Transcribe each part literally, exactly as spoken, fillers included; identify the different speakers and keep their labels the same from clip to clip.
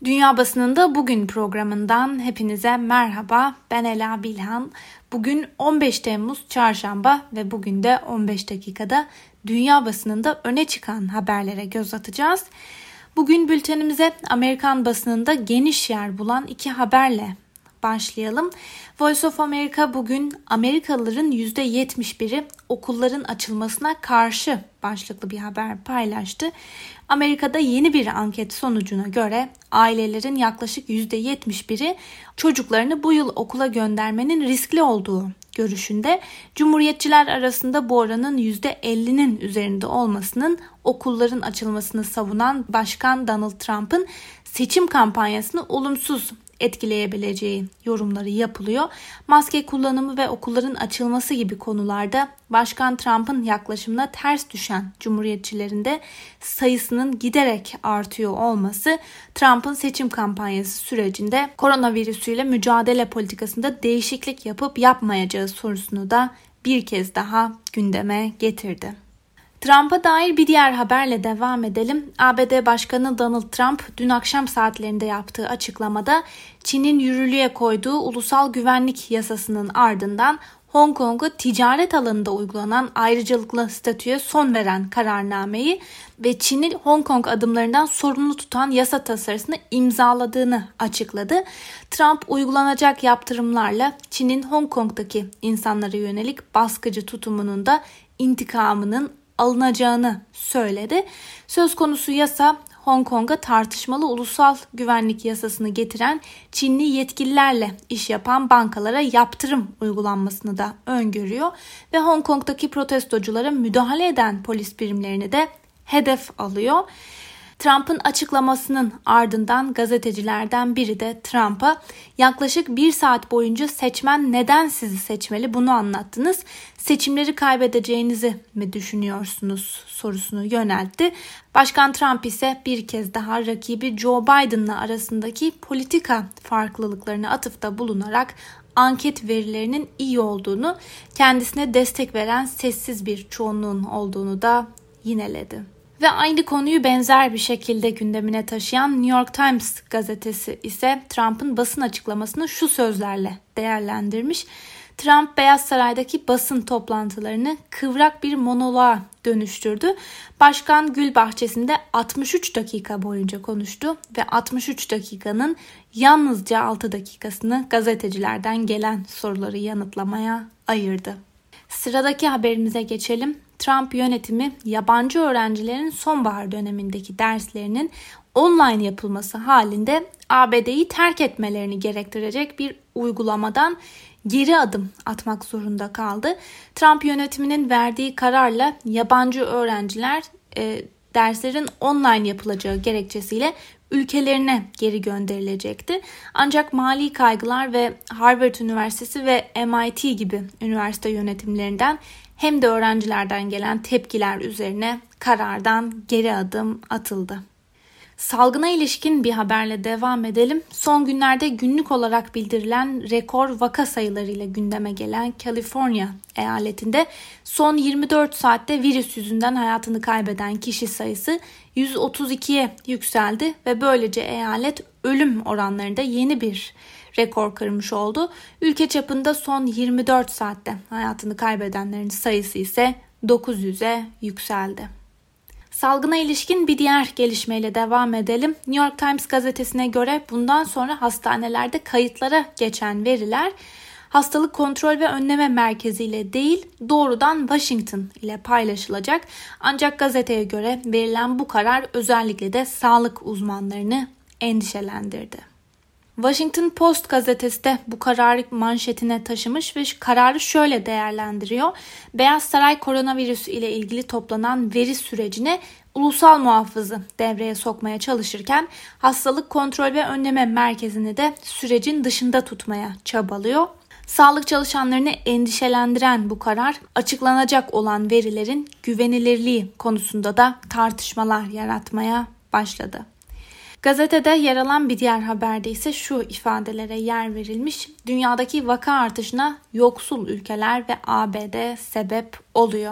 Speaker 1: Dünya Basınında Bugün programından hepinize merhaba. Ben Ela Bilhan. Bugün on beş Temmuz Çarşamba ve bugün de on beş dakikada dünya basınında öne çıkan haberlere göz atacağız. Bugün bültenimize Amerikan basınında geniş yer bulan iki haberle başlayalım. Voice of America bugün Amerikalıların yüzde yetmiş biri okulların açılmasına karşı başlıklı bir haber paylaştı. Amerika'da yeni bir anket sonucuna göre ailelerin yaklaşık yüzde yetmiş biri çocuklarını bu yıl okula göndermenin riskli olduğu görüşünde. Cumhuriyetçiler arasında bu oranın yüzde ellinin üzerinde olmasının okulların açılmasını savunan Başkan Donald Trump'ın seçim kampanyasını olumsuz etkileyebileceği yorumları yapılıyor. Maske kullanımı ve okulların açılması gibi konularda Başkan Trump'ın yaklaşımına ters düşen Cumhuriyetçilerin de sayısının giderek artıyor olması Trump'ın seçim kampanyası sürecinde koronavirüsüyle mücadele politikasında değişiklik yapıp yapmayacağı sorusunu da bir kez daha gündeme getirdi. Trump'a dair bir diğer haberle devam edelim. A B D Başkanı Donald Trump dün akşam saatlerinde yaptığı açıklamada Çin'in yürürlüğe koyduğu ulusal güvenlik yasasının ardından Hong Kong'u ticaret alanında uygulanan ayrıcalıklı statüye son veren kararnameyi ve Çin'i Hong Kong adımlarından sorumlu tutan yasa tasarısını imzaladığını açıkladı. Trump uygulanacak yaptırımlarla Çin'in Hong Kong'daki insanlara yönelik baskıcı tutumunun da intikamının alınacağını söyledi. Söz konusu yasa Hong Kong'a tartışmalı ulusal güvenlik yasasını getiren Çinli yetkililerle iş yapan bankalara yaptırım uygulanmasını da öngörüyor ve Hong Kong'daki protestoculara müdahale eden polis birimlerini de hedef alıyor. Trump'ın açıklamasının ardından gazetecilerden biri de Trump'a yaklaşık bir saat boyunca seçmen neden sizi seçmeli bunu anlattınız, seçimleri kaybedeceğinizi mi düşünüyorsunuz sorusunu yöneltti. Başkan Trump ise bir kez daha rakibi Joe Biden'la arasındaki politika farklılıklarını atıfta bulunarak anket verilerinin iyi olduğunu, kendisine destek veren sessiz bir çoğunluğun olduğunu da yineledi. Ve aynı konuyu benzer bir şekilde gündemine taşıyan New York Times gazetesi ise Trump'ın basın açıklamasını şu sözlerle değerlendirmiş. Trump Beyaz Saray'daki basın toplantılarını kıvrak bir monoloğa dönüştürdü. Başkan gül bahçesinde altmış üç dakika boyunca konuştu ve altmış üç dakikanın yalnızca altı dakikasını gazetecilerden gelen soruları yanıtlamaya ayırdı. Sıradaki haberimize geçelim. Trump yönetimi yabancı öğrencilerin sonbahar dönemindeki derslerinin online yapılması halinde A B D'yi terk etmelerini gerektirecek bir uygulamadan geri adım atmak zorunda kaldı. Trump yönetiminin verdiği kararla yabancı öğrenciler e, derslerin online yapılacağı gerekçesiyle ülkelerine geri gönderilecekti. Ancak mali kaygılar ve Harvard Üniversitesi ve M I T gibi üniversite yönetimlerinden hem de öğrencilerden gelen tepkiler üzerine karardan geri adım atıldı. Salgına ilişkin bir haberle devam edelim. Son günlerde günlük olarak bildirilen rekor vaka sayılarıyla gündeme gelen Kaliforniya eyaletinde son yirmi dört saatte virüs yüzünden hayatını kaybeden kişi sayısı yüz otuz ikiye yükseldi ve böylece eyalet ölüm oranlarında yeni bir rekor kırmış oldu. Ülke çapında son yirmi dört saatte hayatını kaybedenlerin sayısı ise dokuz yüze yükseldi. Salgına ilişkin bir diğer gelişmeyle devam edelim. New York Times gazetesine göre bundan sonra hastanelerde kayıtlara geçen veriler Hastalık Kontrol ve Önleme Merkezi ile değil doğrudan Washington ile paylaşılacak. Ancak gazeteye göre verilen bu karar özellikle de sağlık uzmanlarını endişelendirdi. Washington Post gazetesi de bu kararı manşetine taşımış ve kararı şöyle değerlendiriyor. Beyaz Saray koronavirüs ile ilgili toplanan veri sürecine ulusal muhafızı devreye sokmaya çalışırken Hastalık Kontrol ve Önleme Merkezi'ni de sürecin dışında tutmaya çabalıyor. Sağlık çalışanlarını endişelendiren bu karar açıklanacak olan verilerin güvenilirliği konusunda da tartışmalar yaratmaya başladı. Gazetede yer alan bir diğer haberde ise şu ifadelere yer verilmiş. Dünyadaki vaka artışına yoksul ülkeler ve A B D sebep oluyor.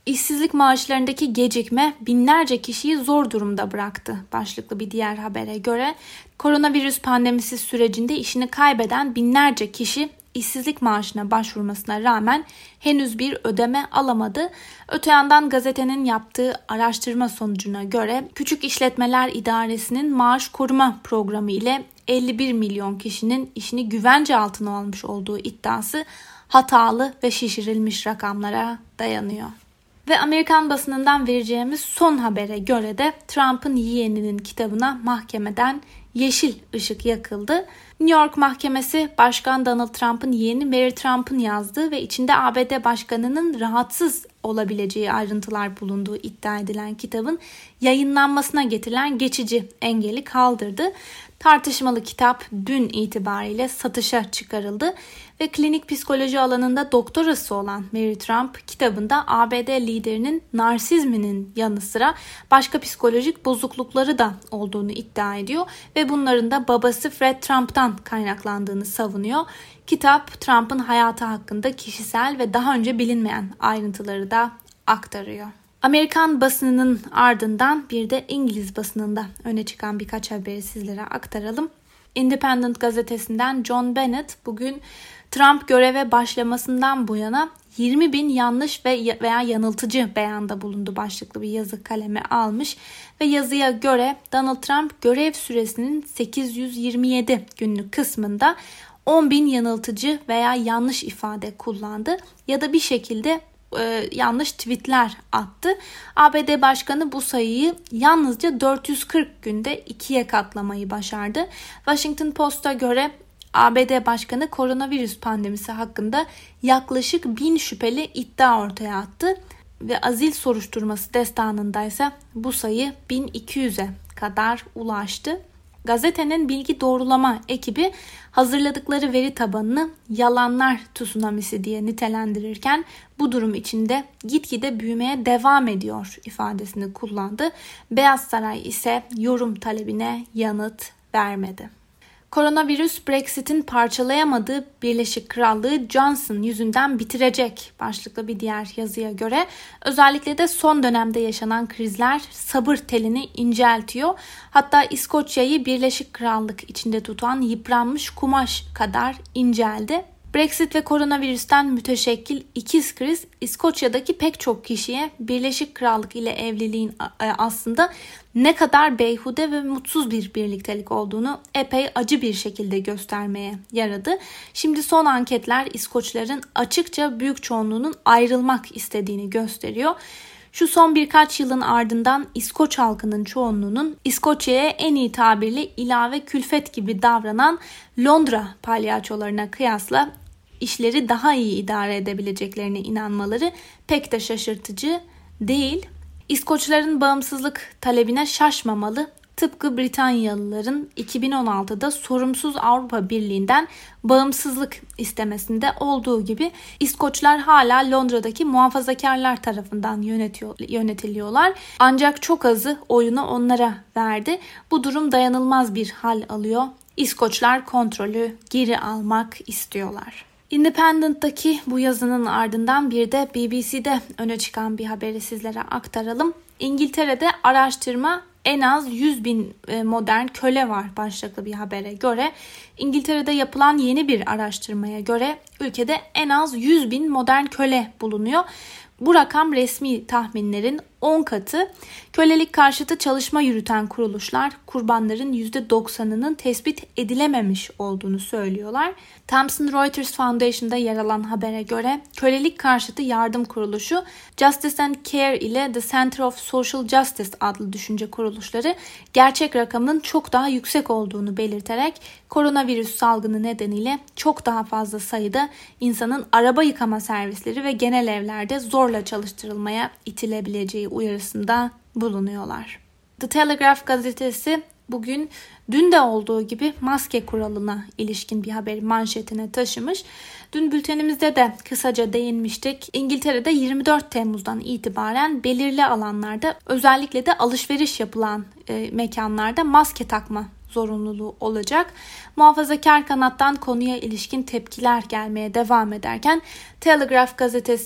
Speaker 1: İşsizlik maaşlarındaki gecikme binlerce kişiyi zor durumda bıraktı. Başlıklı bir diğer habere göre koronavirüs pandemisi sürecinde işini kaybeden binlerce kişi işsizlik maaşına başvurmasına rağmen henüz bir ödeme alamadı. Öte yandan gazetenin yaptığı araştırma sonucuna göre Küçük İşletmeler İdaresi'nin maaş koruma programı ile elli bir milyon kişinin işini güvence altına almış olduğu iddiası hatalı ve şişirilmiş rakamlara dayanıyor. Ve Amerikan basınından vereceğimiz son habere göre de Trump'ın yeğeninin kitabına mahkemeden yeşil ışık yakıldı. New York Mahkemesi Başkan Donald Trump'ın yeğeni Mary Trump'ın yazdığı ve içinde A B D Başkanı'nın rahatsız olabileceği ayrıntılar bulunduğu iddia edilen kitabın yayınlanmasına getirilen geçici engeli kaldırdı. Tartışmalı kitap dün itibariyle satışa çıkarıldı ve klinik psikoloji alanında doktorası olan Mary Trump kitabında A B D liderinin narsizminin yanı sıra başka psikolojik bozuklukları da olduğunu iddia ediyor ve bunların da babası Fred Trump'tan kaynaklandığını savunuyor. Kitap Trump'ın hayatı hakkında kişisel ve daha önce bilinmeyen ayrıntıları da aktarıyor. Amerikan basınının ardından bir de İngiliz basınında öne çıkan birkaç haberi sizlere aktaralım. Independent gazetesinden John Bennett bugün Trump göreve başlamasından bu yana yirmi bin yanlış ve veya yanıltıcı beyanda bulundu başlıklı bir yazı kaleme almış ve yazıya göre Donald Trump görev süresinin sekiz yüz yirmi yedi günlük kısmında on bin yanıltıcı veya yanlış ifade kullandı ya da bir şekilde e, yanlış tweetler attı. A B D Başkanı bu sayıyı yalnızca dört yüz kırk günde ikiye katlamayı başardı. Washington Post'a göre A B D Başkanı koronavirüs pandemisi hakkında yaklaşık bin şüpheli iddia ortaya attı ve azil soruşturması destanındaysa bu sayı bin iki yüze kadar ulaştı. Gazetenin bilgi doğrulama ekibi hazırladıkları veri tabanını yalanlar tsunamisi diye nitelendirirken bu durum içinde gitgide büyümeye devam ediyor ifadesini kullandı. Beyaz Saray ise yorum talebine yanıt vermedi. Koronavirüs Brexit'in parçalayamadığı Birleşik Krallığı Johnson yüzünden bitirecek başlıklı bir diğer yazıya göre özellikle de son dönemde yaşanan krizler sabır telini inceltiyor. Hatta İskoçya'yı Birleşik Krallık içinde tutan yıpranmış kumaş kadar inceldi. Brexit ve koronavirüsten müteşekkil ikiz kriz İskoçya'daki pek çok kişiye Birleşik Krallık ile evliliğin aslında ne kadar beyhude ve mutsuz bir birliktelik olduğunu epey acı bir şekilde göstermeye yaradı. Şimdi son anketler İskoçların açıkça büyük çoğunluğunun ayrılmak istediğini gösteriyor. Şu son birkaç yılın ardından İskoç halkının çoğunluğunun İskoçya'ya en iyi tabirle ilave külfet gibi davranan Londra palyaçolarına kıyasla işleri daha iyi idare edebileceklerine inanmaları pek de şaşırtıcı değil. İskoçların bağımsızlık talebine şaşmamalı. Tıpkı Britanyalıların iki bin on altıda sorumsuz Avrupa Birliği'nden bağımsızlık istemesinde olduğu gibi İskoçlar hala Londra'daki muhafazakarlar tarafından yönetiyor, yönetiliyorlar. Ancak çok azı oyunu onlara verdi. Bu durum dayanılmaz bir hal alıyor. İskoçlar kontrolü geri almak istiyorlar. Independent'taki bu yazının ardından bir de B B C'de öne çıkan bir haberi sizlere aktaralım. İngiltere'de araştırma en az yüz bin modern köle var başlıklı bir habere göre. İngiltere'de yapılan yeni bir araştırmaya göre ülkede en az yüz bin modern köle bulunuyor. Bu rakam resmi tahminlerin on katı. Kölelik karşıtı çalışma yürüten kuruluşlar kurbanların yüzde doksanının tespit edilememiş olduğunu söylüyorlar. Thomson Reuters Foundation'da yer alan habere göre kölelik karşıtı yardım kuruluşu Justice and Care ile The Center of Social Justice adlı düşünce kuruluşları gerçek rakamın çok daha yüksek olduğunu belirterek koronavirüs salgını nedeniyle çok daha fazla sayıda insanın araba yıkama servisleri ve genel evlerde zorla çalıştırılmaya itilebileceği uyarısında bulunuyorlar. The Telegraph gazetesi bugün dün de olduğu gibi maske kuralına ilişkin bir haberi manşetine taşımış. Dün bültenimizde de kısaca değinmiştik. İngiltere'de yirmi dört Temmuz'dan itibaren belirli alanlarda özellikle de alışveriş yapılan e, mekanlarda maske takma zorunluluğu olacak. Muhafazakar kanattan konuya ilişkin tepkiler gelmeye devam ederken Telegraph gazetesi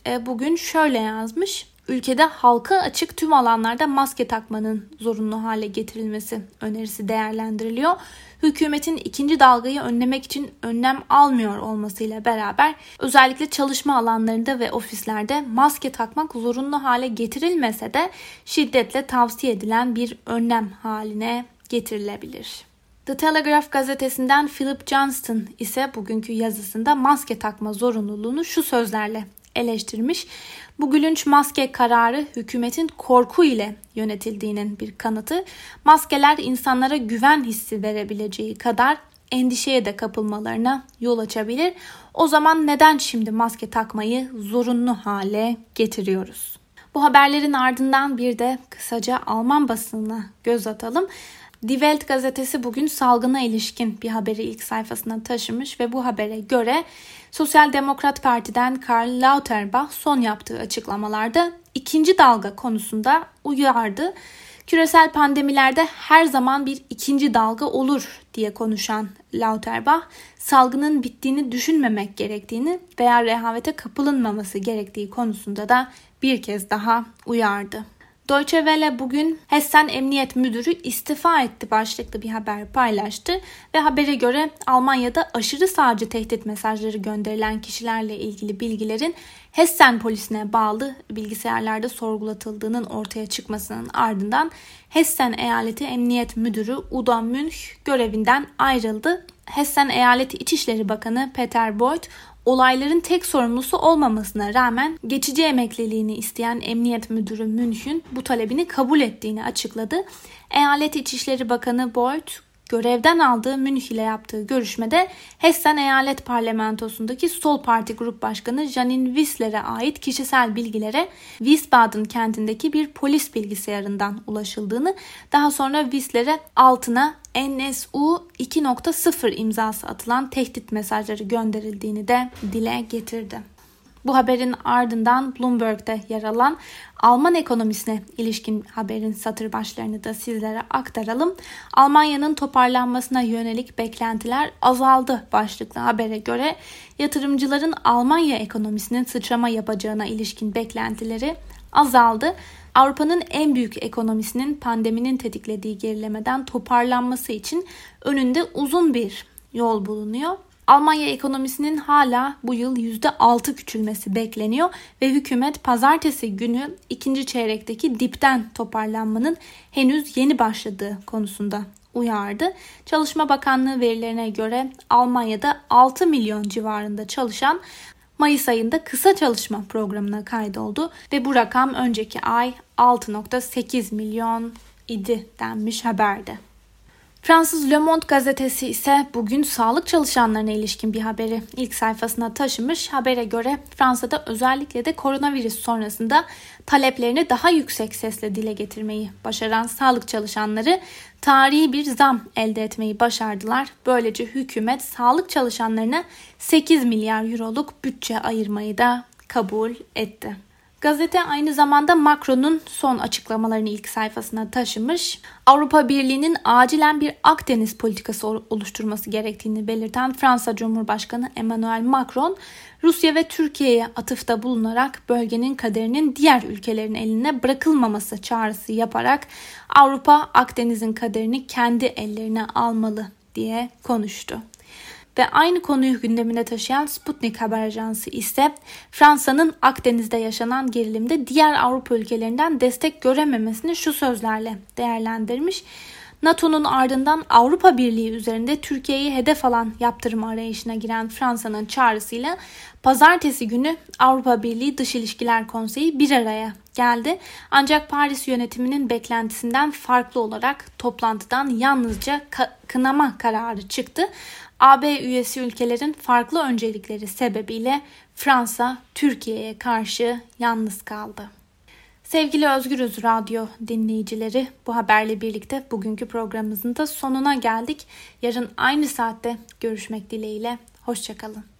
Speaker 1: bugün şöyle yazmış. Ülkede halka açık tüm alanlarda maske takmanın zorunlu hale getirilmesi önerisi değerlendiriliyor. Hükümetin ikinci dalgayı önlemek için önlem almıyor olmasıyla beraber özellikle çalışma alanlarında ve ofislerde maske takmak zorunlu hale getirilmese de şiddetle tavsiye edilen bir önlem haline getirilebilir. The Telegraph gazetesinden Philip Johnston ise bugünkü yazısında maske takma zorunluluğunu şu sözlerle eleştirmiş. Bu gülünç maske kararı hükümetin korku ile yönetildiğinin bir kanıtı. Maskeler insanlara güven hissi verebileceği kadar endişeye de kapılmalarına yol açabilir. O zaman neden şimdi maske takmayı zorunlu hale getiriyoruz? Bu haberlerin ardından bir de kısaca Alman basınına göz atalım. Die Welt gazetesi bugün salgına ilişkin bir haberi ilk sayfasına taşımış ve bu habere göre Sosyal Demokrat Parti'den Karl Lauterbach son yaptığı açıklamalarda ikinci dalga konusunda uyardı. Küresel pandemilerde her zaman bir ikinci dalga olur diye konuşan Lauterbach, salgının bittiğini düşünmemek gerektiğini veya rehavete kapılınmaması gerektiği konusunda da bir kez daha uyardı. Deutsche Welle bugün Hessen Emniyet Müdürü istifa etti başlıklı bir haber paylaştı ve habere göre Almanya'da aşırı sağcı tehdit mesajları gönderilen kişilerle ilgili bilgilerin Hessen polisine bağlı bilgisayarlarda sorgulatıldığının ortaya çıkmasının ardından Hessen Eyaleti Emniyet Müdürü Udo Münch görevinden ayrıldı. Hessen Eyaleti İçişleri Bakanı Peter Boyd, olayların tek sorumlusu olmamasına rağmen geçici emekliliğini isteyen Emniyet Müdürü Münch'ün bu talebini kabul ettiğini açıkladı. Eyalet İçişleri Bakanı Boyd, görevden aldığı Münch ile yaptığı görüşmede Hessen Eyalet Parlamentosu'ndaki Sol Parti Grup Başkanı Janine Wissler'e ait kişisel bilgilere Wiesbaden kentindeki bir polis bilgisayarından ulaşıldığını, daha sonra Wissler'e altına N S U iki nokta sıfır imzası atılan tehdit mesajları gönderildiğini de dile getirdi. Bu haberin ardından Bloomberg'de yer alan Alman ekonomisine ilişkin haberin satır başlarını da sizlere aktaralım. Almanya'nın toparlanmasına yönelik beklentiler azaldı başlıklı habere göre yatırımcıların Almanya ekonomisinin sıçrama yapacağına ilişkin beklentileri azaldı. Avrupa'nın en büyük ekonomisinin pandeminin tetiklediği gerilemeden toparlanması için önünde uzun bir yol bulunuyor. Almanya ekonomisinin hala bu yıl yüzde altı küçülmesi bekleniyor ve hükümet pazartesi günü ikinci çeyrekteki dipten toparlanmanın henüz yeni başladığı konusunda uyardı. Çalışma Bakanlığı verilerine göre Almanya'da altı milyon civarında çalışan Mayıs ayında kısa çalışma programına kaydoldu ve bu rakam önceki ay altı nokta sekiz milyon idi denmiş haberde. Fransız Le Monde gazetesi ise bugün sağlık çalışanlarına ilişkin bir haberi ilk sayfasına taşımış. Habere göre Fransa'da özellikle de koronavirüs sonrasında taleplerini daha yüksek sesle dile getirmeyi başaran sağlık çalışanları tarihi bir zam elde etmeyi başardılar. Böylece hükümet sağlık çalışanlarına sekiz milyar euroluk bütçe ayırmayı da kabul etti. Gazete aynı zamanda Macron'un son açıklamalarını ilk sayfasına taşımış. Avrupa Birliği'nin acilen bir Akdeniz politikası oluşturması gerektiğini belirten Fransa Cumhurbaşkanı Emmanuel Macron, Rusya ve Türkiye'ye atıfta bulunarak bölgenin kaderinin diğer ülkelerin eline bırakılmaması çağrısı yaparak Avrupa Akdeniz'in kaderini kendi ellerine almalı diye konuştu. Ve aynı konuyu gündemine taşıyan Sputnik haber ajansı ise Fransa'nın Akdeniz'de yaşanan gerilimde diğer Avrupa ülkelerinden destek görememesini şu sözlerle değerlendirmiş. NATO'nun ardından Avrupa Birliği üzerinde Türkiye'yi hedef alan yaptırım arayışına giren Fransa'nın çağrısıyla pazartesi günü Avrupa Birliği Dış İlişkiler Konseyi bir araya geldi. Ancak Paris yönetiminin beklentisinden farklı olarak toplantıdan yalnızca kınama kararı çıktı. A B üyesi ülkelerin farklı öncelikleri sebebiyle Fransa Türkiye'ye karşı yalnız kaldı. Sevgili Özgürüz Radyo dinleyicileri, bu haberle birlikte bugünkü programımızın da sonuna geldik. Yarın aynı saatte görüşmek dileğiyle. Hoşça kalın.